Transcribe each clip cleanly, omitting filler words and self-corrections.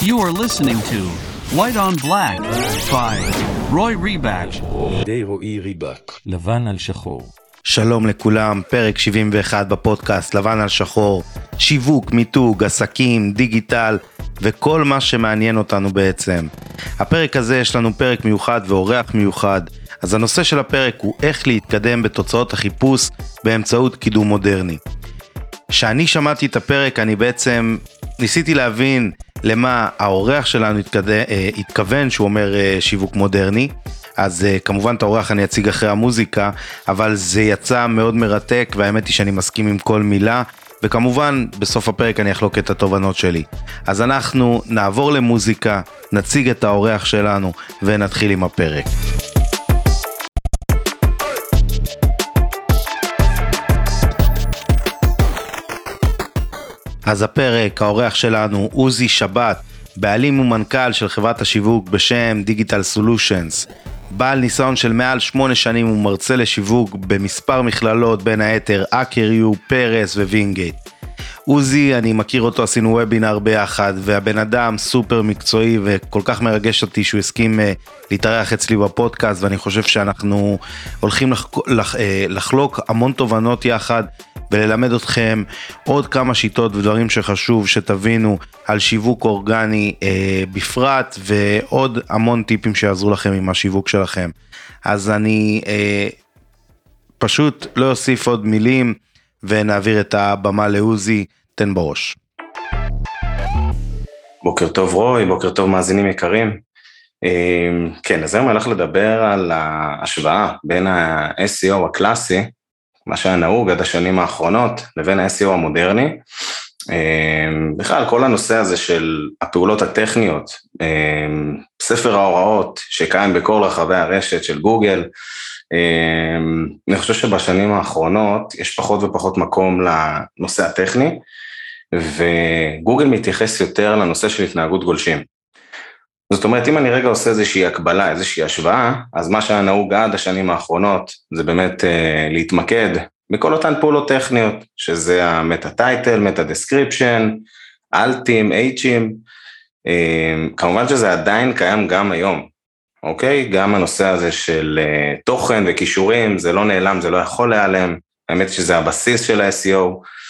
You are listening to White on Black by Roy Rebach. די רועי ריבק. לבן על שחור. שלום לכולם, פרק 71 בפודקאסט לבן על שחור, שיווק, מיתוג, עסקים, דיגיטל וכל מה שמעניין אותנו בעצם. הפרק הזה יש לנו פרק מיוחד ואורח מיוחד, אז הנושא של הפרק הוא איך להתקדם בתוצאות החיפוש באמצעות קידום מודרני. כשאני שמעתי את הפרק אני בעצם ניסיתי להבין למה האורח שלנו התכוון שהוא אומר שיווק מודרני, אז כמובן את האורח אני אציג אחרי המוזיקה, אבל זה יצא מאוד מרתק והאמת היא שאני מסכים עם כל מילה, וכמובן בסוף הפרק אני אחלוק את התובנות שלי. אז אנחנו נעבור למוזיקה, נציג את האורח שלנו ונתחיל עם הפרק. אז הפרק, האורח שלנו, עוזי שבת, בעלים ומנכ"ל של חברת השיווק בשם דיגיטל סולושנס. בעל ניסיון של מעל 8 שנים ומרצה לשיווק במספר מכללות, בין היתר אקריו, פרס ווינגייט. עוזי, אני מכיר אותו, עשינו וובינר ביחד, והבן אדם סופר מקצועי וכל כך מרגש אותי שהוא הסכים להתארח אצלי בפודקאסט, ואני חושב שאנחנו הולכים לחלוק המון תובנות יחד, וללמד אתכם עוד כמה שיטות ודברים שחשוב שתבינו על שיווק אורגני בפרט, ועוד המון טיפים שיעזרו לכם עם השיווק שלכם. אז אני פשוט לא אוסיף עוד מילים, ונעביר את הבמה לעוזי, תן בראש. בוקר טוב רוי, בוקר טוב מאזינים יקרים. כן, אז היום הלך לדבר על ההשוואה בין ה-SEO הקלאסי, מה שהיה נהוג עד השנים האחרונות, לבין ה-SEO המודרני. בכלל, כל הנושא הזה של הפעולות הטכניות, ספר ההוראות שקיים בכל רחבי הרשת של גוגל, אני חושב שבשנים האחרונות יש פחות ופחות מקום לנושא הטכני, וגוגל מתייחס יותר לנושא של התנהגות גולשים. זאת אומרת, אם אני רגע עושה איזושהי הקבלה, איזושהי השוואה, אז מה שהיה נהוג עד השנים האחרונות, זה באמת להתמקד בכל אותן פעולות טכניות, שזה המטה טייטל, מטה דסקריפשן, אלטים, אייצ'ים, כמובן שזה עדיין קיים גם היום, אוקיי? גם הנושא הזה של תוכן וקישורים, זה לא נעלם, זה לא יכול להיעלם, האמת שזה הבסיס של ה-SEO,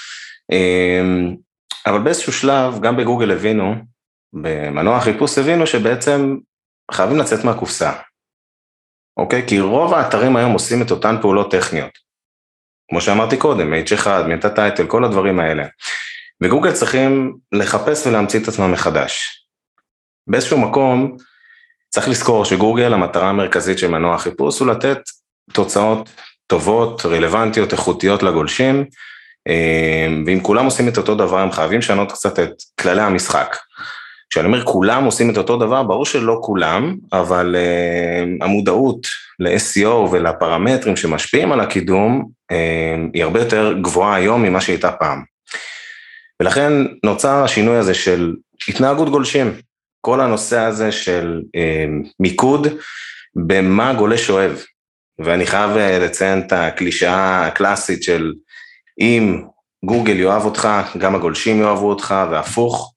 אבל באיזשהו שלב, גם בגוגל הבינו, במנוע החיפוש הבינו שבעצם חייבים לצאת מהקופסה, אוקיי? כי רוב האתרים היום עושים את אותן פעולות טכניות, כמו שאמרתי קודם, H1, מטה טייטל, כל הדברים האלה, וגוגל צריכים לחפש ולהמציא את עצמם מחדש. באיזשהו מקום, צריך לזכור שגוגל, המטרה המרכזית של מנוע החיפוש, הוא לתת תוצאות טובות, רלוונטיות, איכותיות לגולשים, ואם כולם עושים את אותו דבר, הם חייבים לשנות קצת את כללי המשחק. כשאני אומר כולם עושים את אותו דבר, ברור שלא כולם, אבל המודעות ל-SEO ולפרמטרים שמשפיעים על הקידום, היא הרבה יותר גבוהה היום ממה שהייתה פעם. ולכן נוצר השינוי הזה של התנהגות גולשים, כל הנושא הזה של מיקוד במה גולש אוהב, ואני חייב לציין את הקלישאה הקלאסית של אם גוגל יאהב אותך, גם הגולשים יאהבו אותך, והפוך,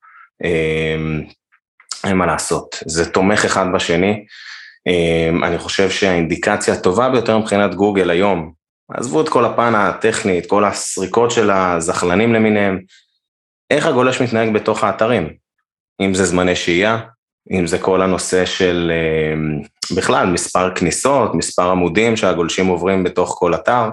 אין מה לעשות, זה תומך אחד בשני. אני חושב שהאינדיקציה הטובה ביותר מבחינת גוגל היום, עזבו את כל הפן הטכני, את כל הסריקות של הזחלנים למיניהם, איך הגולש מתנהג בתוך האתרים, אם זה זמני שהייה, אם זה כל הנושא של בכלל מספר כניסות, מספר עמודים שהגולשים עוברים בתוך כל אתר,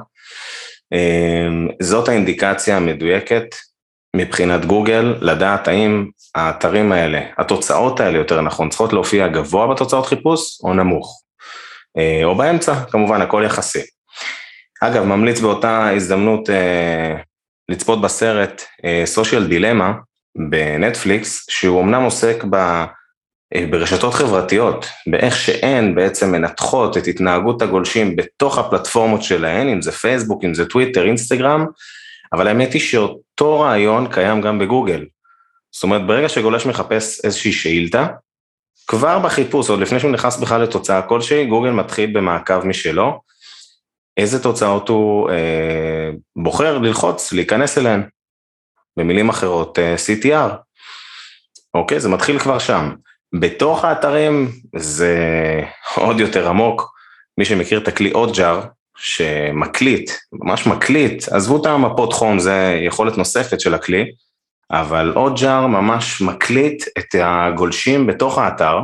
זאת האינדיקציה המדויקת מבחינת גוגל, לדעת האם האתרים האלה, התוצאות האלה יותר נכון, צריכות להופיע גבוה בתוצאות חיפוש או נמוך, או באמצע, כמובן הכל יחסי. אגב, ממליץ באותה הזדמנות לצפות בסרט סושיאל דילמה בנטפליקס, שהוא אמנם עוסק ברשתות חברתיות, באיך שהן בעצם מנתחות את התנהגות הגולשים בתוך הפלטפורמות שלהן, אם זה פייסבוק, אם זה טוויטר, אינסטגרם, אבל האמת היא שאותו רעיון קיים גם בגוגל. זאת אומרת, ברגע שגולש מחפש איזושהי שאילתה, כבר בחיפוש, עוד לפני שהוא נכנס בכלל לתוצאה כלשהי, גוגל מתחיל במעקב משלו, איזה תוצאות הוא בוחר ללחוץ, להיכנס אליהן, במילים אחרות, CTR. אוקיי? זה מתחיל כבר שם. בתוך האתרים זה עוד יותר עמוק. מי שמכיר את הכלי אודג'אר, שמקליט, ממש מקליט, עזבו את המפות חום, זה יכולת נוספת של הכלי, אבל אודג'אר ממש מקליט את הגולשים בתוך האתר,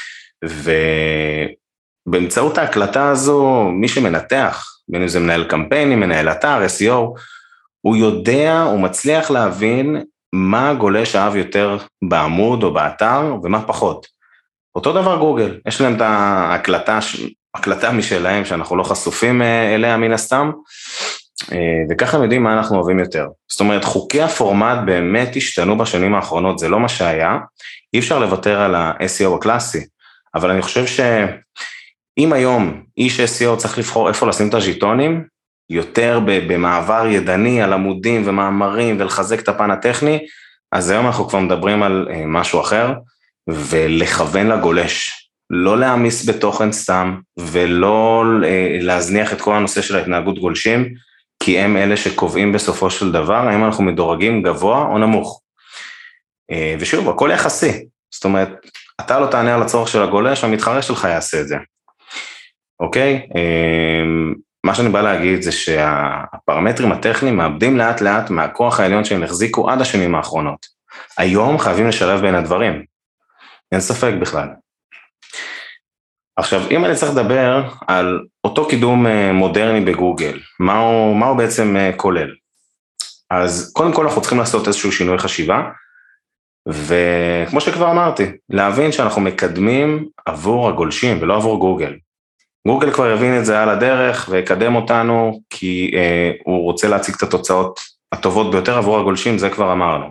ובאמצעות ההקלטה הזו, מי שמנתח, בין אם זה מנהל קמפיינים, מנהל אתר, SEO, הוא יודע, הוא מצליח להבין מה גולש אהב יותר בעמוד או באתר, ומה פחות. אותו דבר גוגל, יש להם את ההקלטה משלהם, שאנחנו לא חשופים אליה מן הסתם, וככה הם יודעים מה אנחנו אוהבים יותר. זאת אומרת, חוקי הפורמט באמת השתנו בשנים האחרונות, זה לא מה שהיה, אי אפשר לוותר על ה-SEO הקלאסי, אבל אני חושב שאם היום איש SEO צריך לבחור איפה לשים את הז'יטונים, יותר במעבר ידני על עמודים ומאמרים ולחזק את הפן הטכני, אז היום אנחנו כבר מדברים על משהו אחר, ולכוון לגולש, לא להעמיס בתוכן סתם, ולא להזניח את כל הנושא של ההתנהגות גולשים, כי הם אלה שקובעים בסופו של דבר, האם אנחנו מדורגים גבוה או נמוך. ושוב, הכל יחסי, זאת אומרת, אתה לא תענה על הצורך של הגולש, המתחרה שלך יעשה את זה. אוקיי? מה שאני בא להגיד זה שהפרמטרים הטכניים מאבדים לאט לאט מהכוח העליון שהם החזיקו עד השנים האחרונות. היום חייבים לשלב בין הדברים. אין ספק בכלל. עכשיו, אם אני צריך לדבר על אותו קידום מודרני בגוגל, מה הוא בעצם כולל? אז קודם כל אנחנו צריכים לעשות איזשהו שינוי חשיבה, וכמו שכבר אמרתי, להבין שאנחנו מקדמים עבור הגולשים ולא עבור גוגל. גוגל כבר יבין את זה על הדרך ויקדם אותנו, כי הוא רוצה להציג את התוצאות הטובות ביותר עבור הגולשים, זה כבר אמרנו.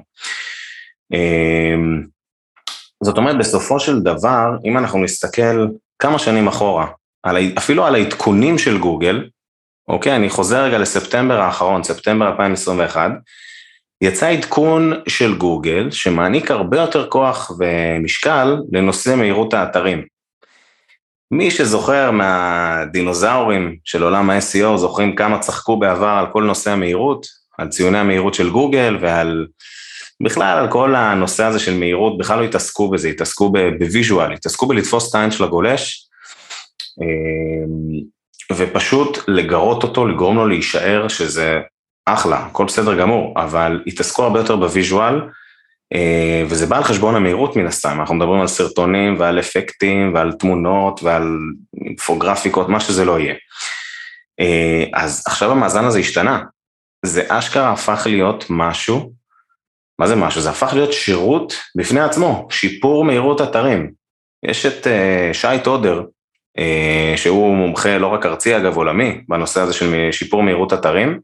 זאת אומרת, בסופו של דבר, אם אנחנו נסתכל כמה שנים אחורה, אפילו על העדכונים של גוגל, אוקיי, אני חוזר רגע לספטמבר האחרון, ספטמבר 2021, יצא עדכון של גוגל, שמעניק הרבה יותר כוח ומשקל לנושא מהירות האתרים. מי שזוכר מהדינוזאורים של עולם ה-SEO, זוכרים כמה צחקו בעבר על כל נושא המהירות, על ציוני המהירות של גוגל, ועל בכלל על כל הנושא הזה של מהירות, בכלל לא התעסקו בזה, התעסקו בוויז'ואל, התעסקו בלתפוס את העין של הגולש, ופשוט לגרות אותו, לגרום לו להישאר, שזה אחלה, הכל בסדר גמור, אבל התעסקו הרבה יותר בוויז'ואל, וזה בא על חשבון המהירות מן הסתם, אנחנו מדברים על סרטונים ועל אפקטים ועל תמונות ועל אינפוגרפיקות, מה שזה לא יהיה. אז עכשיו המאזן הזה השתנה, זה אשכרה הפך להיות משהו, מה זה משהו? זה הפך להיות שירות בפני עצמו, שיפור מהירות אתרים. יש את שי טודר, שהוא מומחה לא רק ארצי אגב עולמי, בנושא הזה של שיפור מהירות אתרים,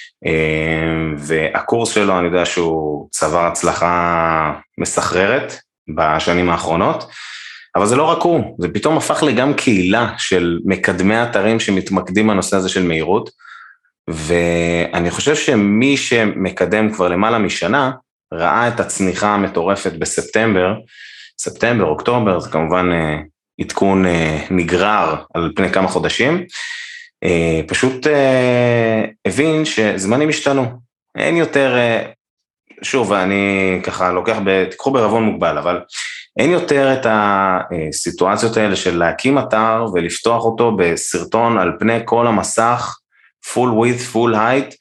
והקורס שלו אני יודע שהוא צבר הצלחה מסחררת בשנים האחרונות, אבל זה לא רק הוא, זה פתאום הפך לגם קהילה של מקדמי אתרים שמתמקדים בנושא הזה של מהירות, ואני חושב שמי שמקדם כבר למעלה משנה, ראה את הצניחה המטורפת בספטמבר, ספטמבר, אוקטובר, זה כמובן עדכון נגרר על פני כמה חודשים, פשוט הבין שזמנים השתנו, אין יותר, שוב, אני ככה לוקח, תיקחו בערבון מוגבל, אבל אין יותר את הסיטואציות האלה של להקים אתר ולפתוח אותו בסרטון על פני כל המסך, full width, full height,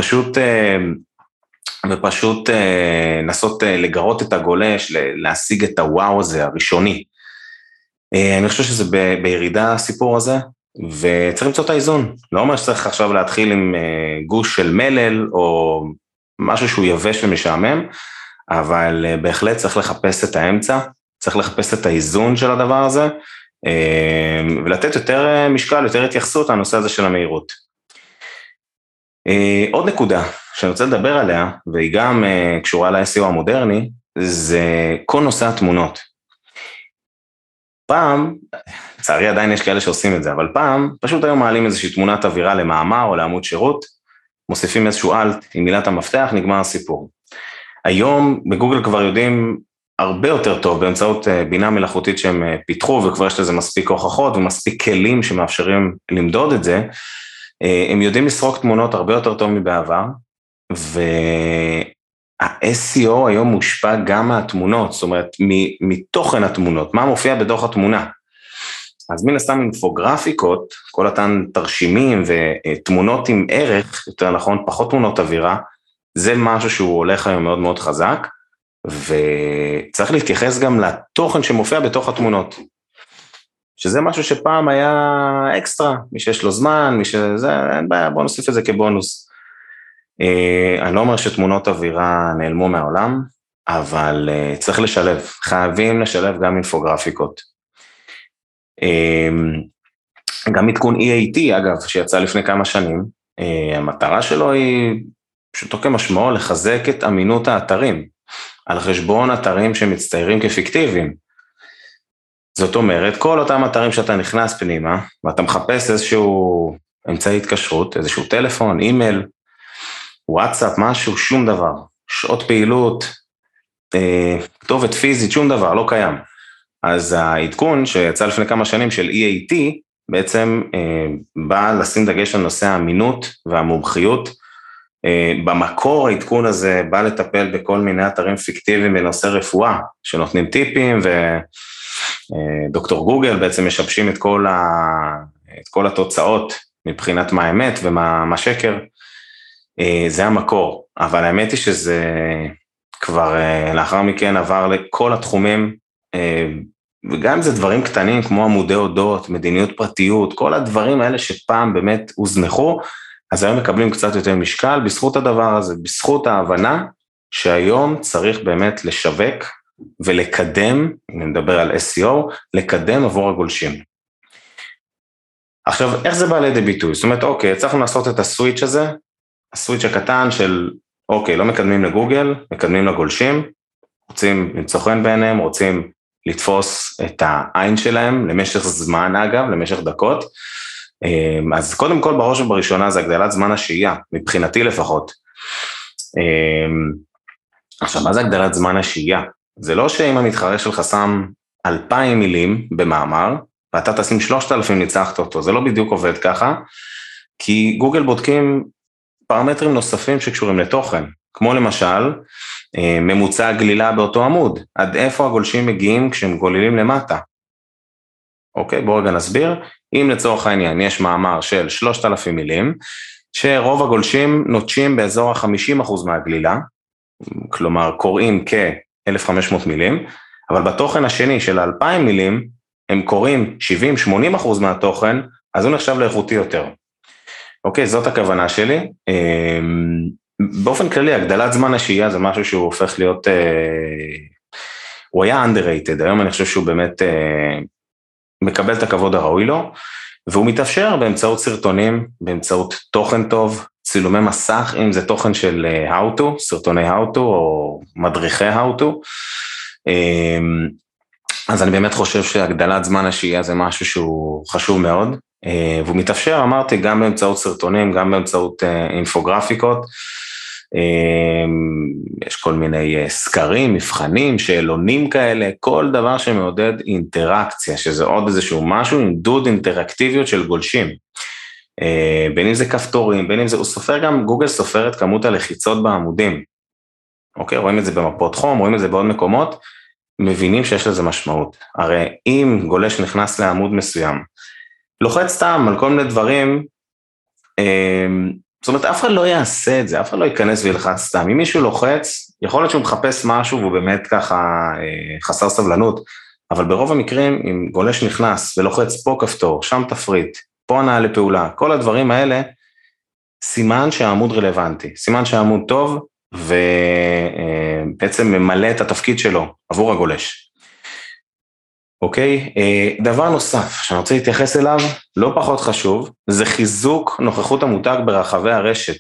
ופשוט נסות לגרות את הגולש, להשיג את הוואו הזה הראשוני. אני חושב שזה בירידה הסיפור הזה, וצריך למצוא את האיזון. לא אומר שצריך עכשיו להתחיל עם גוש של מלל, או משהו שהוא יבש ומשעמם, אבל בהחלט צריך לחפש את האמצע, צריך לחפש את האיזון של הדבר הזה, ולתת יותר משקל, יותר התייחסות לנושא הזה של המהירות. עוד נקודה שאני רוצה לדבר עליה, והיא גם קשורה ל-SEO המודרני, זה כל נושא התמונות. פעם, לצערי עדיין יש כאלה שעושים את זה, אבל פעם פשוט היום מעלים איזושהי תמונת אווירה למאמר או לעמוד שירות, מוסיפים איזשהו אלט עם מילת המפתח, נגמר הסיפור. היום בגוגל כבר יודעים הרבה יותר טוב, באמצעות בינה מלאכותית שהם פיתחו, וכבר יש לזה מספיק הוכחות ומספיק כלים שמאפשרים למדוד את זה, הם יודעים לסרוק תמונות הרבה יותר טוב מבעבר, ה-SEO היום מושפע גם מהתמונות, זאת אומרת, מתוכן התמונות, מה מופיע בתוך התמונה. אז מן הסתם אינפוגרפיקות, כל אותן תרשימים ותמונות עם ערך, יותר נכון, פחות תמונות אווירה, זה משהו שהוא הולך היום מאוד מאוד חזק, וצריך להתייחס גם לתוכן שמופיע בתוך התמונות. שזה משהו שפעם היה אקסטרה, מי שיש לו זמן, מי שזה, אין בעיה, בוא נוסיף את זה כבונוס. אני לא אומר שתמונות אווירה נעלמו מהעולם, אבל צריך לשלב, חייבים לשלב גם אינפוגרפיקות. גם עדכון EAT, אגב, שיצא לפני כמה שנים, המטרה שלו היא, פשוטו כמשמעו, לחזק את אמינות האתרים, על חשבון אתרים שמצטיירים כפיקטיביים. זאת אומרת, כל אותם אתרים שאתה נכנס פנימה, ואתה מחפש איזשהו אמצעי התקשרות, איזשהו טלפון, אימייל, וואטסאפ, משהו, שום דבר, שעות פעילות, כתובת פיזית, שום דבר, לא קיים. אז העדכון שיצא לפני כמה שנים של EAT, בעצם בא לשים דגש על נושא האמינות והמומחיות. במקור העדכון הזה בא לטפל בכל מיני אתרים פיקטיביים בנושא רפואה, שנותנים טיפים, ודוקטור גוגל בעצם משבשים את כל התוצאות מבחינת מה האמת ומה שקר. זה המקור, אבל האמת היא שזה כבר לאחר מכן עבר לכל התחומים, וגם זה דברים קטנים כמו עמודי הודות, מדיניות פרטיות, כל הדברים האלה שפעם באמת הוזנחו, אז היום מקבלים קצת יותר משקל בזכות הדבר הזה, בזכות ההבנה שהיום צריך באמת לשווק ולקדם, אם נדבר על SEO, לקדם עבור הגולשים. עכשיו, איך זה בא לידי ביטוי? זאת אומרת, אוקיי, צריכים לעשות את הסוויץ' הזה, הסוויץ' הקטן של, אוקיי, לא מקדמים לגוגל, מקדמים לגולשים, רוצים למצוא חן בעיניהם, רוצים לתפוס את העין שלהם, למשך זמן אגב, למשך דקות, אז קודם כל בראש ובראשונה זה הגדלת זמן השהייה, מבחינתי לפחות. עכשיו, מה זה הגדלת זמן השהייה? זה לא שאם המתחרה שלך שם 2,000 מילים במאמר, ואתה תשים 3,000 ניצחת אותו, זה לא בדיוק עובד ככה, כי גוגל בודקים פרמטרים נוספים שקשורים לתוכן, כמו למשל, ממוצע הגלילה באותו עמוד, עד איפה הגולשים מגיעים כשהם גוללים למטה. אוקיי, בואו רגע נסביר, אם לצורך העניין יש מאמר של 3,000 מילים, שרוב הגולשים נוטשים באזור ה-50% מהגלילה, כלומר קוראים כ-1,500 מילים, אבל בתוכן השני של 2,000 מילים, הם קוראים 70-80% מהתוכן, אז הוא נחשב לאיכותי יותר. אוקיי, זאת הכוונה שלי. באופן כללי, הגדלת זמן השהייה זה משהו שהוא הופך להיות, הוא היה underrated, היום אני חושב שהוא באמת מקבל את הכבוד הראוי לו, והוא מתאפשר באמצעות סרטונים, באמצעות תוכן טוב, צילומי מסך, אם זה תוכן של how to, סרטוני how to, או מדריכי how to, אז אני באמת חושב שהגדלת זמן השהייה זה משהו שהוא חשוב מאוד, והוא מתאפשר, אמרתי, גם באמצעות סרטונים, גם באמצעות אינפוגרפיקות, יש כל מיני סקרים, מבחנים, שאלונים כאלה, כל דבר שמעודד אינטראקציה, שזה עוד איזשהו משהו, עם דוד אינטראקטיביות של גולשים, בין אם זה כפתורים, בין אם זה, הוא סופר גם, גוגל סופר את כמות הלחיצות בעמודים, אוקיי, רואים את זה במפות חום, רואים את זה בעוד מקומות, מבינים שיש לזה משמעות, הרי אם גולש נכנס לעמוד מסוים, לוחץ סתם על כל מיני דברים, זאת אומרת, אף אחד לא יעשה את זה, אף אחד לא ייכנס וילחץ סתם. אם מישהו לוחץ, יכול להיות שהוא מחפש משהו, והוא באמת ככה חסר סבלנות, אבל ברוב המקרים, אם גולש נכנס ולוחץ פה כפתור, שם תפריט, פה הנעה לפעולה, כל הדברים האלה, סימן שהעמוד רלוונטי, סימן שהעמוד טוב, ובעצם ממלא את התפקיד שלו עבור הגולש. אוקיי, דבר נוסף שאני רוצה להתייחס אליו, לא פחות חשוב, זה חיזוק נוכחות המותג ברחבי הרשת.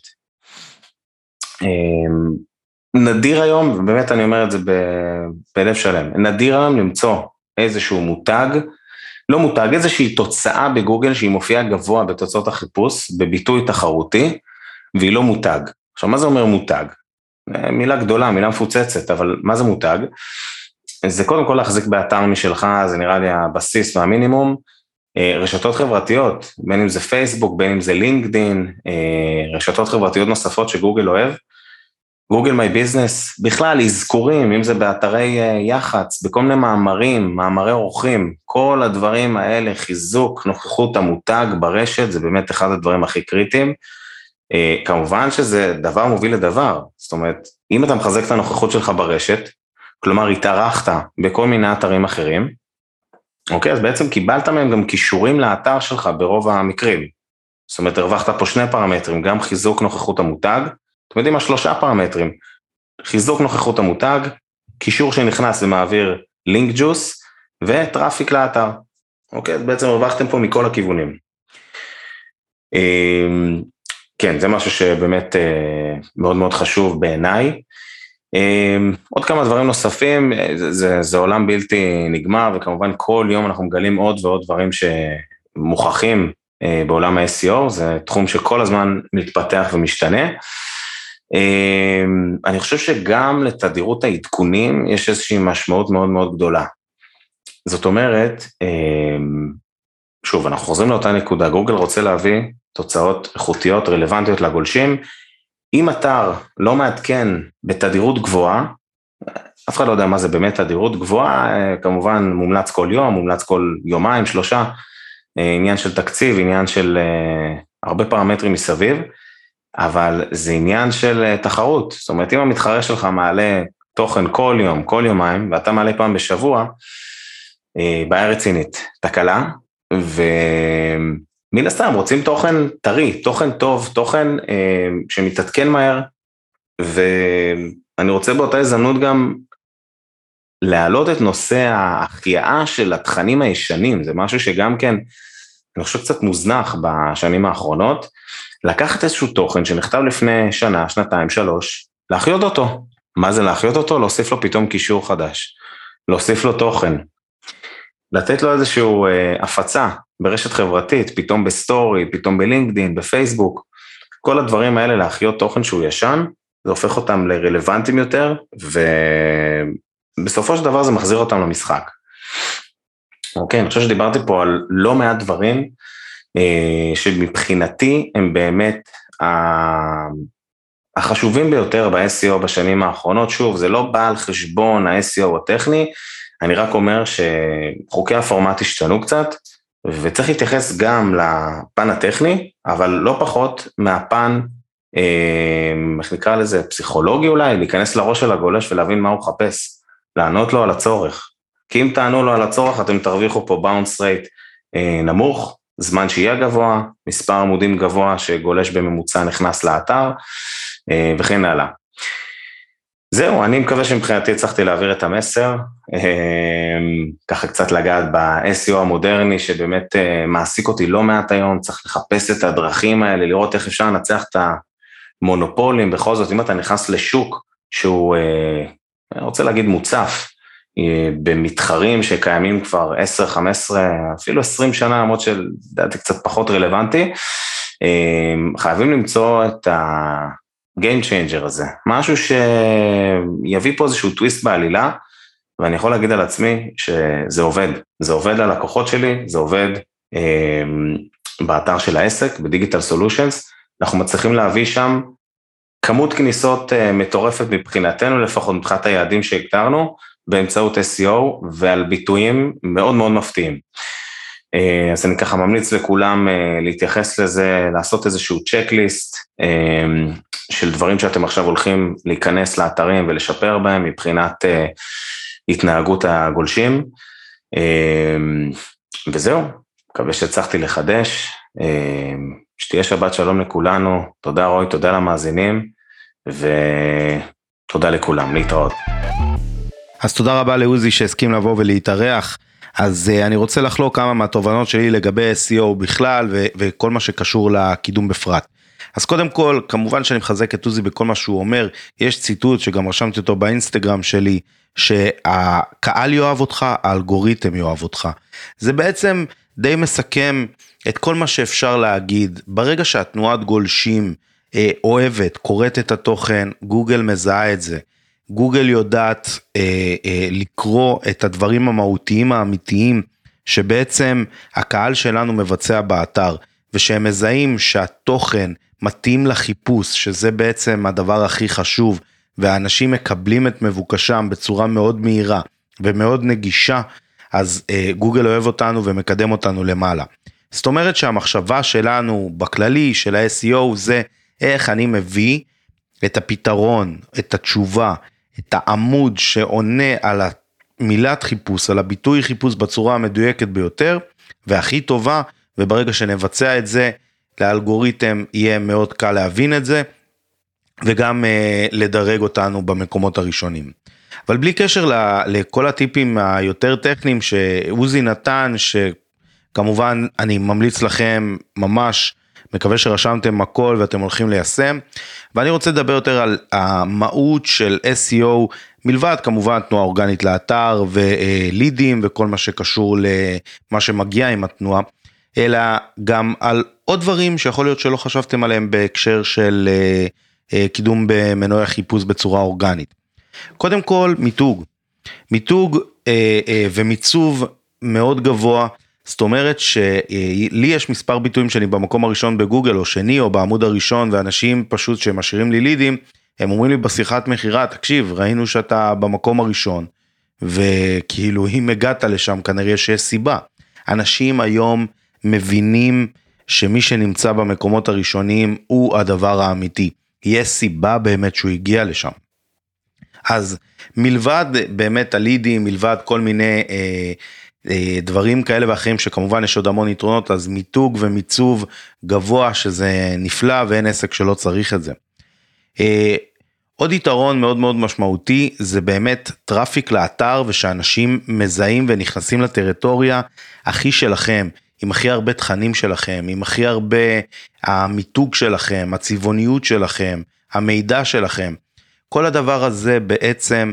נדיר היום, ובאמת אני אומר את זה בלב שלם, נדיר היום למצוא איזשהו מותג, לא מותג, איזושהי תוצאה בגוגל שהיא מופיעה גבוה בתוצאות החיפוש, בביטוי תחרותי, והיא לא מותג. עכשיו, מה זה אומר מותג? מילה גדולה, מילה מפוצצת, אבל מה זה מותג? זה קודם כל להחזיק באתר משלך, זה נראה לי הבסיס והמינימום, רשתות חברתיות, בין אם זה פייסבוק, בין אם זה לינקדין, רשתות חברתיות נוספות שגוגל אוהב, גוגל מיי ביזנס, בכלל אזכורים, אם זה באתרי יח"צ, בכל מיני מאמרים, מאמרי אורחים, כל הדברים האלה, חיזוק, נוכחות המותג ברשת, זה באמת אחד הדברים הכי קריטיים. כמובן שזה דבר מוביל לדבר, זאת אומרת, אם אתה מחזק את הנוכחות שלך ברשת, כלומר התארחת בכל מיני אתרים אחרים, אוקיי, אז בעצם קיבלת מהם גם קישורים לאתר שלך ברוב המקרים. זאת אומרת, הרווחת פה 2 פרמטרים, גם חיזוק נוכחות המותג, אתם יודעים מה 3 פרמטרים, חיזוק נוכחות המותג, קישור שנכנס ומעביר לינק ג'וס, וטראפיק לאתר. אוקיי, אז בעצם הרווחתם פה מכל הכיוונים. כן, זה משהו שבאמת מאוד מאוד חשוב בעיניי. עוד כמה דברים נוספים, זה עולם בלתי נגמר, וכמובן כל יום אנחנו מגלים עוד ועוד דברים שמוכחים בעולם ה-SEO, זה תחום שכל הזמן מתפתח ומשתנה. אני חושב שגם לתדירות העדכונים יש איזושהי משמעות מאוד מאוד גדולה. זאת אומרת, שוב, אנחנו חוזרים לאותה נקודה, גוגל רוצה להביא תוצאות איכותיות, רלוונטיות לגולשים, אם אתר לא מעדכן בתדירות גבוהה, אף אחד לא יודע מה זה באמת תדירות גבוהה, כמובן מומלץ כל יום, מומלץ כל יומיים, 3, עניין של תקציב, עניין של הרבה פרמטרים מסביב, אבל זה עניין של תחרות, זאת אומרת, אם המתחרה שלך מעלה תוכן כל יום, כל יומיים, ואתה מעלה פעם בשבוע, בעיה רצינית, תקלה, מן הסתם רוצים תוכן טרי, תוכן טוב, תוכן שמתעדכן מהר, ואני רוצה באותה הזדמנות גם להעלות את נושא ההחייאה של התכנים הישנים, זה משהו שגם כן, אני חושב קצת מוזנח בשנים האחרונות, לקחת איזשהו תוכן שנכתב לפני שנה, 2, 3, להחיות אותו. מה זה להחיות אותו? להוסיף לו פתאום קישור חדש, להוסיף לו תוכן, לתת לו איזשהו הפצה ברשת חברתית, פתאום בסטורי, פתאום בלינקדין, בפייסבוק, כל הדברים האלה להחיות תוכן שהוא ישן, זה הופך אותם לרלוונטיים יותר, ובסופו של דבר זה מחזיר אותם למשחק. אוקיי, אני חושב שדיברתי פה על לא מעט דברים, שמבחינתי הם באמת החשובים ביותר ב-SEO בשנים האחרונות, שוב, זה לא בא על חשבון ה-SEO הטכני, אני רק אומר שחוקי הפורמט השתנו קצת, וצריך להתייחס גם לפן הטכני, אבל לא פחות מהפן, איך נקרא לזה, פסיכולוגי אולי, להיכנס לראש של הגולש ולהבין מה הוא חפש, לענות לו על הצורך. כי אם תענו לו על הצורך, אתם תרוויחו פה באונס רייט נמוך, זמן שיהיה גבוה, מספר עמודים גבוה שגולש בממוצע נכנס לאתר, וכן הלאה. זהו, אני מקווה שמבחינתי הצלחתי להעביר את המסר, ככה קצת לגעת ב-SEO המודרני, שבאמת מעסיק אותי לא מעט היום, צריך לחפש את הדרכים האלה, לראות איך אפשר לנצח את המונופולים, בכל זאת, אם אתה נכנס לשוק שהוא, אני רוצה להגיד מוצף, במתחרים שקיימים כבר 10, 15, אפילו 20 שנה, למרות שלדעתי קצת פחות רלוונטי, חייבים למצוא את ה-game changer הזה, משהו שיביא פה איזשהו טוויסט בעלילה, ואני יכול להגיד על עצמי שזה עובד, זה עובד על לקוחות שלי, זה עובד באתר של העסק, בדיגיטל סולושנס, אנחנו מצליחים להביא שם כמות כניסות מטורפת מבחינתנו, לפחות מבחינת היעדים שהגדרנו, באמצעות SEO ועל ביטויים מאוד מאוד מפתיעים. אז אני ככה ממליץ לכולם להתייחס לזה, לעשות איזשהו צ'קליסט של דברים שאתם עכשיו הולכים להיכנס לאתרים ולשפר בהם מבחינת התנהגות הגולשים. וזהו, מקווה שהצלחתי לחדש. שתהיה שבת שלום לכולנו, תודה רוי, תודה למאזינים, ותודה לכולם, להתראות. אז תודה רבה לעוזי שהסכים לבוא ולהתארח, אז אני רוצה לחלוק כמה מהתובנות שלי לגבי SEO בכלל, וכל מה שקשור לקידום בפרט. אז קודם כל, כמובן שאני מחזק את עוזי בכל מה שהוא אומר, יש ציטוט שגם רשמתי אותו באינסטגרם שלי, שהקהל יאהב אותך, האלגוריתם יאהב אותך. זה בעצם די מסכם את כל מה שאפשר להגיד, ברגע שהתנועת גולשים אוהבת, קוראת את התוכן, גוגל מזהה את זה, גוגל יודעת לקרוא את הדברים המהותיים האמיתיים, שבעצם הקהל שלנו מבצע באתר, ושהם מזהים שהתוכן מתאים לחיפוש, שזה בעצם הדבר הכי חשוב, והאנשים מקבלים את מבוקשם בצורה מאוד מהירה ומאוד נגישה, אז גוגל אוהב אותנו ומקדם אותנו למעלה. זאת אומרת שהמחשבה שלנו בכללי של ה-SEO זה איך אני מביא את הפתרון, את התשובה, את העמוד שעונה על המילת חיפוש, על הביטוי חיפוש בצורה המדויקת ביותר והכי טובה, וברגע שנבצע את זה, לאלגוריתם יהיה מאוד קל להבין את זה, וגם לדרג אותנו במקומות הראשונים. אבל בלי קשר לכל הטיפים היותר טכניים שעוזי נתן, שכמובן אני ממליץ לכם ממש, מקווה שרשמתם הכל ואתם הולכים ליישם, ואני רוצה לדבר יותר על המהות של SEO, מלבד כמובן תנועה אורגנית לאתר ולידים וכל מה שקשור למה שמגיע עם התנועה, אלא גם על עוד דברים שיכול להיות שלא חשבתם עליהם בהקשר של קידום במנועי החיפוש בצורה אורגנית. קודם כל מיתוג ומיצוב מאוד גבוה, זאת אומרת שלי יש מספר ביטויים שאני במקום הראשון בגוגל או שני או בעמוד הראשון, ואנשים פשוט שמשאירים לי לידים, הם אומרים לי בשיחת מחירה, תקשיב, ראינו שאתה במקום הראשון, וכאילו אם הגעת לשם כנראה שיש סיבה. אנשים היום מבינים שמי שנמצא במקומות הראשונים הוא הדבר האמיתי, יש סיבה באמת שהוא הגיע לשם. אז מלבד באמת הלידים, מלבד כל מיני דברים כאלה ואחרים שכמובן יש עוד המון יתרונות, אז מיתוג ומיצוב גבוה שזה נפלא ואין עסק שלא צריך את זה. עוד יתרון מאוד מאוד משמעותי זה באמת טראפיק לאתר, ושאנשים מזהים ונכנסים לטריטוריה הכי שלכם, עם הכי הרבה תכנים שלכם, עם הכי הרבה המיתוג שלכם, הצבעוניות שלכם, המידע שלכם. כל הדבר הזה בעצם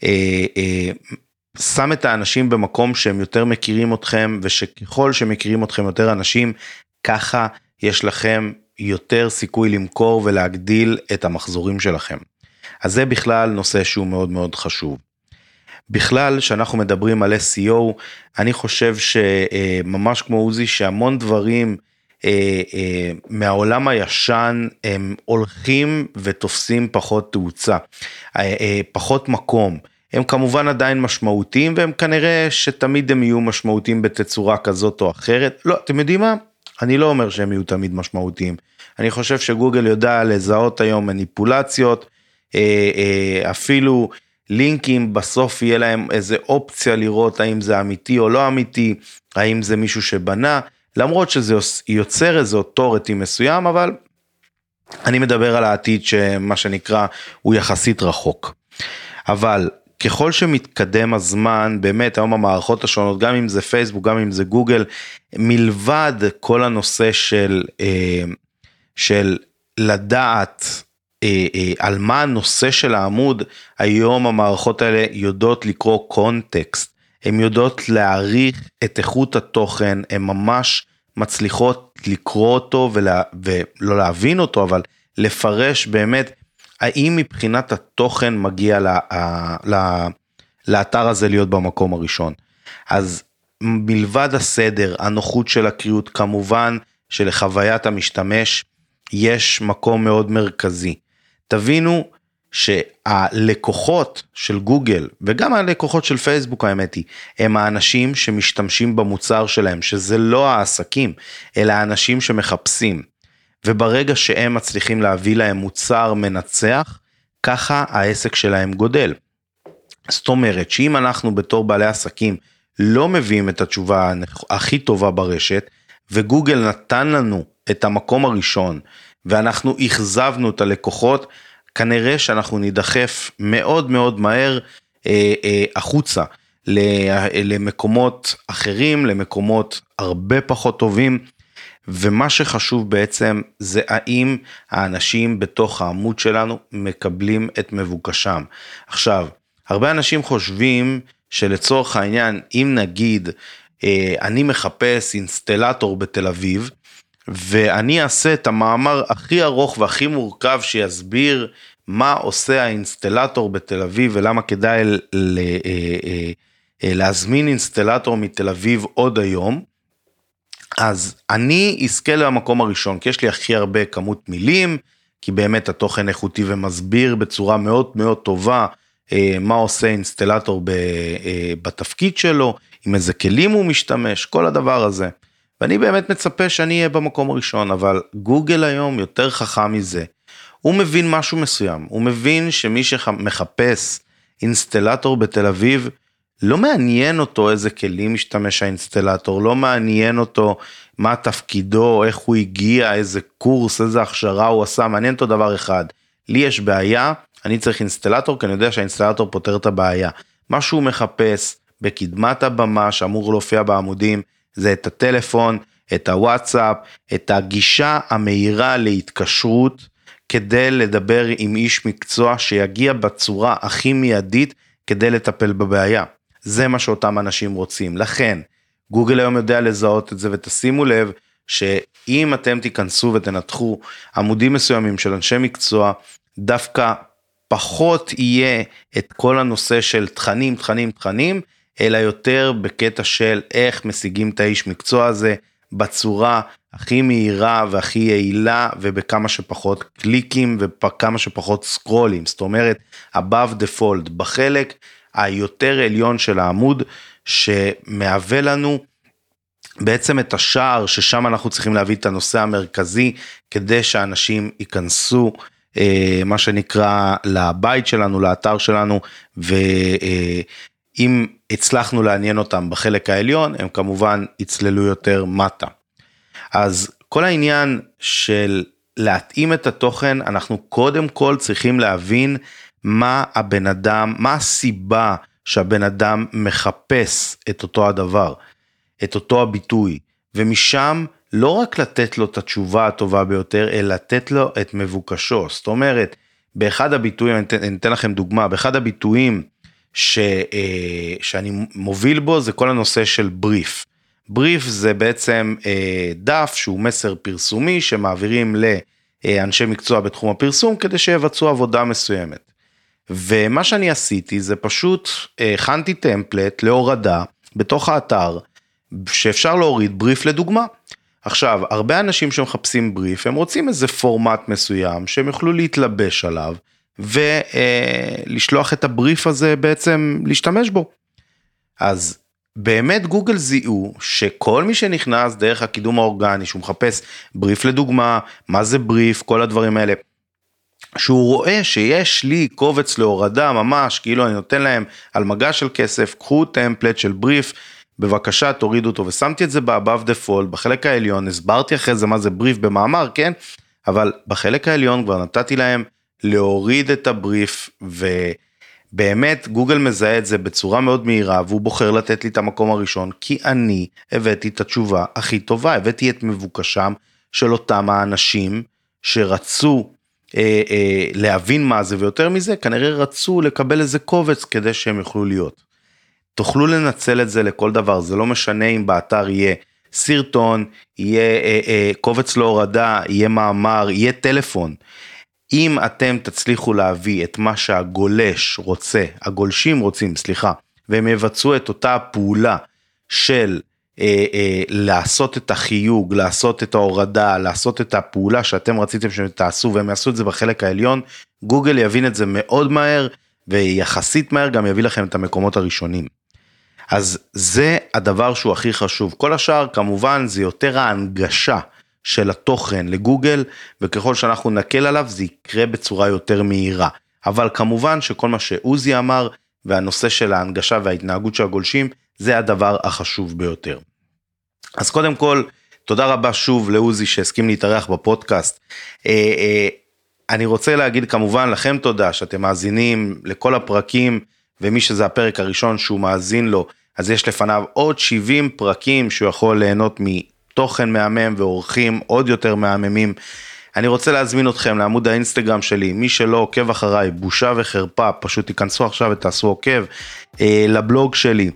שם את האנשים במקום שהם יותר מכירים אתכם, ושככל שמכירים אתכם יותר אנשים, ככה יש לכם יותר סיכוי למכור ולהגדיל את המחזורים שלכם. אז זה בכלל נושא שהוא מאוד מאוד חשוב. בכלל, שאנחנו מדברים על SEO, אני חושב שממש כמו עוזי, שהמון דברים מהעולם הישן, הם הולכים ותופסים פחות תאוצה, פחות מקום. הם כמובן עדיין משמעותיים, והם כנראה שתמיד הם יהיו משמעותיים בתצורה כזאת או אחרת. לא, אתם יודעים מה? אני לא אומר שהם יהיו תמיד משמעותיים. אני חושב שגוגל יודע לזהות היום מניפולציות, אפילו לינקים בסוף יהיה להם איזה אופציה לראות האם זה אמיתי או לא אמיתי, האם זה מישהו שבנה, למרות שזה יוצר איזה אוטוריטי מסוים, אבל אני מדבר על העתיד שמה שנקרא הוא יחסית רחוק. אבל ככל שמתקדם הזמן, באמת היום המערכות השונות, גם אם זה פייסבוק, גם אם זה גוגל, מלבד כל הנושא של לדעת על מה הנושא של העמוד, היום המערכות האלה יודעות לקרוא קונטקסט, הן יודעות להעריך את איכות התוכן, הן ממש מצליחות לקרוא אותו ולא להבין אותו, אבל לפרש באמת, האם מבחינת התוכן מגיע לאתר הזה להיות במקום הראשון. אז מלבד הסדר, הנוחות של הקריאות, כמובן שלחוויית המשתמש, יש מקום מאוד מרכזי. תבינו שהלקוחות של גוגל, וגם הלקוחות של פייסבוק האמת היא, הם האנשים שמשתמשים במוצר שלהם, שזה לא העסקים, אלא האנשים שמחפשים. וברגע שהם מצליחים להביא להם מוצר מנצח, ככה העסק שלהם גודל. זאת אומרת שאם אנחנו בתור בעלי עסקים לא מביאים את התשובה הכי טובה ברשת, וגוגל נתן לנו את המקום הראשון, ואנחנו הכזבנו את הלקוחות, כנראה שאנחנו נדחף מאוד מאוד מהר החוצה, למקומות אחרים, למקומות הרבה פחות טובים, ומה שחשוב בעצם זה האם האנשים בתוך העמוד שלנו מקבלים את מבוקשם. עכשיו, הרבה אנשים חושבים שלצורך העניין, אם נגיד אני מחפש אינסטלטור בתל אביב, ואני אעשה את המאמר הכי ארוך והכי מורכב שיסביר מה עושה האינסטלטור בתל אביב ולמה כדאי להזמין אינסטלטור מתל אביב עוד היום, אז אני אזכה למקום הראשון, כי יש לי הכי הרבה כמות מילים, כי באמת התוכן איכותי ומסביר בצורה מאוד מאוד טובה, מה עושה אינסטלטור בתפקיד שלו, עם איזה כלים הוא משתמש, כל הדבר הזה. ואני באמת מצפה שאני אהיה במקום הראשון, אבל גוגל היום יותר חכם מזה. הוא מבין משהו מסוים, הוא מבין שמי שמחפש אינסטלטור בתל אביב, לא מעניין אותו איזה כלים משתמש האינסטלטור, לא מעניין אותו מה תפקידו, איך הוא הגיע, איזה קורס, איזה הכשרה הוא עשה, מעניין אותו דבר אחד. לי יש בעיה, אני צריך אינסטלטור, כי אני יודע שהאינסטלטור פותר את הבעיה. מה שהוא מחפש בקדמת הבמה, שאמור להופיע בעמודים, זה את הטלפון, את הוואטסאפ, את הגישה המהירה להתקשרות, כדי לדבר עם איש מקצוע שיגיע בצורה הכי מיידית, כדי לטפל בבעיה. זה מה שאותם אנשים רוצים. לכן, גוגל היום יודע לזהות את זה, ותשימו לב שאם אתם תיכנסו ותנתחו עמודים מסוימים של אנשי מקצוע, דווקא פחות יהיה את כל הנושא של תכנים, אלא יותר בקטע של איך משיגים את האיש מקצוע הזה, בצורה הכי מהירה והכי יעילה, ובכמה שפחות קליקים וכמה שפחות סקרולים, זאת אומרת, above default, בחלק היותר עליון של העמוד, שמהווה לנו בעצם את השער, ששם אנחנו צריכים להביא את הנושא המרכזי, כדי שאנשים ייכנסו, מה שנקרא, לבית שלנו, לאתר שלנו, ואם הצלחנו לעניין אותם בחלק העליון, הם כמובן יצללו יותר מטה. אז כל העניין של להתאים את התוכן, אנחנו קודם כל צריכים להבין מה הבן אדם, מה הסיבה שהבן אדם מחפש את אותו הדבר, את אותו הביטוי, ומשם לא רק לתת לו את התשובה הטובה ביותר, אלא לתת לו את מבוקשו. זאת אומרת, באחד הביטויים, אני אתן לכם דוגמה, באחד הביטויים שאני מוביל בו, זה כל הנושא של בריף. בריף זה בעצם דף שהוא מסר פרסומי, שמעבירים לאנשי מקצוע בתחום הפרסום, כדי שיבצעו עבודה מסוימת. ומה שאני עשיתי, זה פשוט הכנתי טמפלט להורדה, בתוך האתר, שאפשר להוריד בריף לדוגמה. עכשיו, הרבה אנשים שמחפשים בריף, הם רוצים איזה פורמט מסוים, שהם יוכלו להתלבש עליו, ולשלוח את הבריף הזה בעצם להשתמש בו. אז באמת גוגל זיהו שכל מי שנכנס דרך הקידום האורגני, שהוא מחפש בריף לדוגמה, מה זה בריף, כל הדברים האלה, שהוא רואה שיש לי קובץ להורדה ממש, כאילו אני נותן להם על מגש של כסף, קחו טמפלט של בריף, בבקשה תורידו אותו, ושמתי את זה ב-above default, בחלק העליון, הסברתי אחרי זה מה זה בריף במאמר, כן? אבל בחלק העליון כבר נתתי להם להוריד את הבריף, ובאמת גוגל מזהה את זה בצורה מאוד מהירה, והוא בוחר לתת לי את המקום הראשון, כי אני הבאתי את התשובה הכי טובה, הבאתי את מבוקשם של אותם האנשים שרצו להבין מה זה, ויותר מזה, כנראה רצו לקבל איזה קובץ כדי שהם יוכלו להיות. תוכלו לנצל את זה לכל דבר, זה לא משנה אם באתר יהיה סרטון, יהיה קובץ להורדה, יהיה מאמר, יהיה טלפון. אם אתם תצליחו להביא את מה שהגולש רוצה, הגולשים רוצים, והם יבצעו את אותה הפעולה של לעשות את החיוג, לעשות את ההורדה, לעשות את הפעולה שאתם רציתם שתעשו, והם יעשו את זה בחלק העליון, גוגל יבין את זה מאוד מהר, ויחסית מהר גם יביא לכם את המקומות הראשונים. אז זה הדבר שהוא הכי חשוב. כל השאר כמובן זה יותר ההנגשה של התוכן לגוגל, וככל שאנחנו נקל עליו זה יקרה בצורה יותר מהירה. אבל כמובן שכל מה שעוזי אמר, והנושא של ההנגשה וההתנהגות של הגולשים, זה הדבר החשוב ביותר. אז קודם כל, תודה רבה שוב לעוזי שהסכים להתארח בפודקאסט. אני רוצה להגיד כמובן לכם תודה שאתם מאזינים לכל הפרקים, ומי שזה הפרק הראשון שהוא מאזין לו, אז יש לפניו עוד 70 פרקים שהוא יכול ליהנות מתוכן מהמם ואורחים עוד יותר מהממים. אני רוצה להזמין אתכם לעמוד האינסטגרם שלי, מי שלא עוקב אחריי, בושה וחרפה, פשוט תיכנסו עכשיו ותעשו עוקב, לבלוג שלי,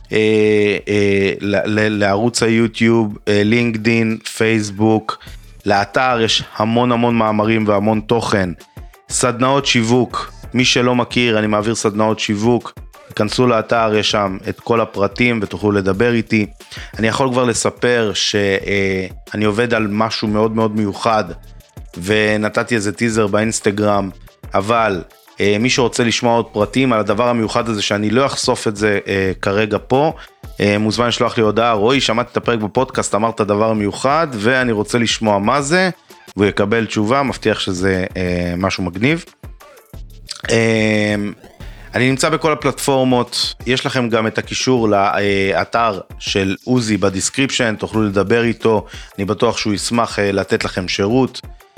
לערוץ היוטיוב, לינקדין, פייסבוק, לאתר יש המון מאמרים והמון תוכן, סדנאות שיווק, מי שלא מכיר אני מעביר סדנאות שיווק, כנסו לאתר, יש שם את כל הפרטים ותוכלו לדבר איתי. אני יכול כבר לספר שאני עובד על משהו מאוד מיוחד, ונתתי איזה טיזר באינסטגרם, אבל מי שרוצה לשמוע עוד פרטים על הדבר המיוחד הזה, שאני לא אחשוף את זה כרגע פה, מוזמן לשלוח לי הודעה, רועי, שמעתי את הפרק בפודקאסט, אמרת דבר מיוחד, ואני רוצה לשמוע מה זה, והוא יקבל תשובה, מבטיח שזה משהו מגניב. אני נמצא בכל הפלטפורמות, יש לכם גם את הקישור לאתר של עוזי בדיסקריפשן, תוכלו לדבר איתו, אני בטוח שהוא ישמח לתת לכם שירות.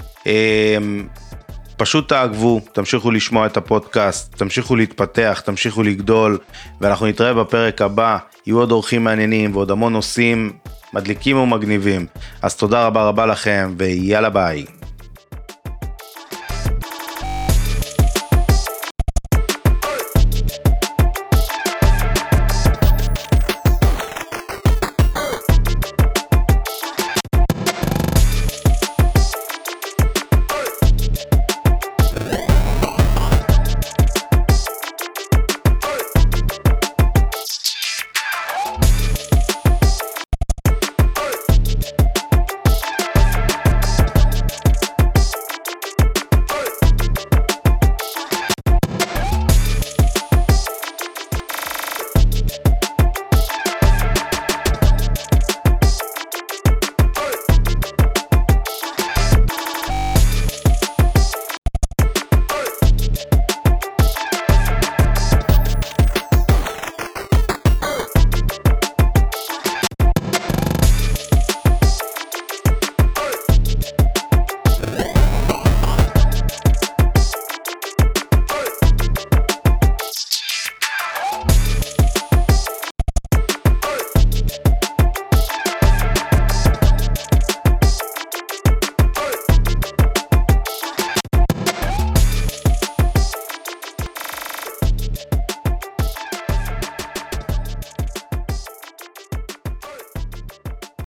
פשוט תעקבו, תמשיכו לשמוע את הפודקאסט, תמשיכו להתפתח, תמשיכו לגדול, ואנחנו נתראה בפרק הבא, יהיו עוד אורחים מעניינים ועוד המון נושאים מדליקים ומגניבים. אז תודה רבה לכם, ויאללה ביי.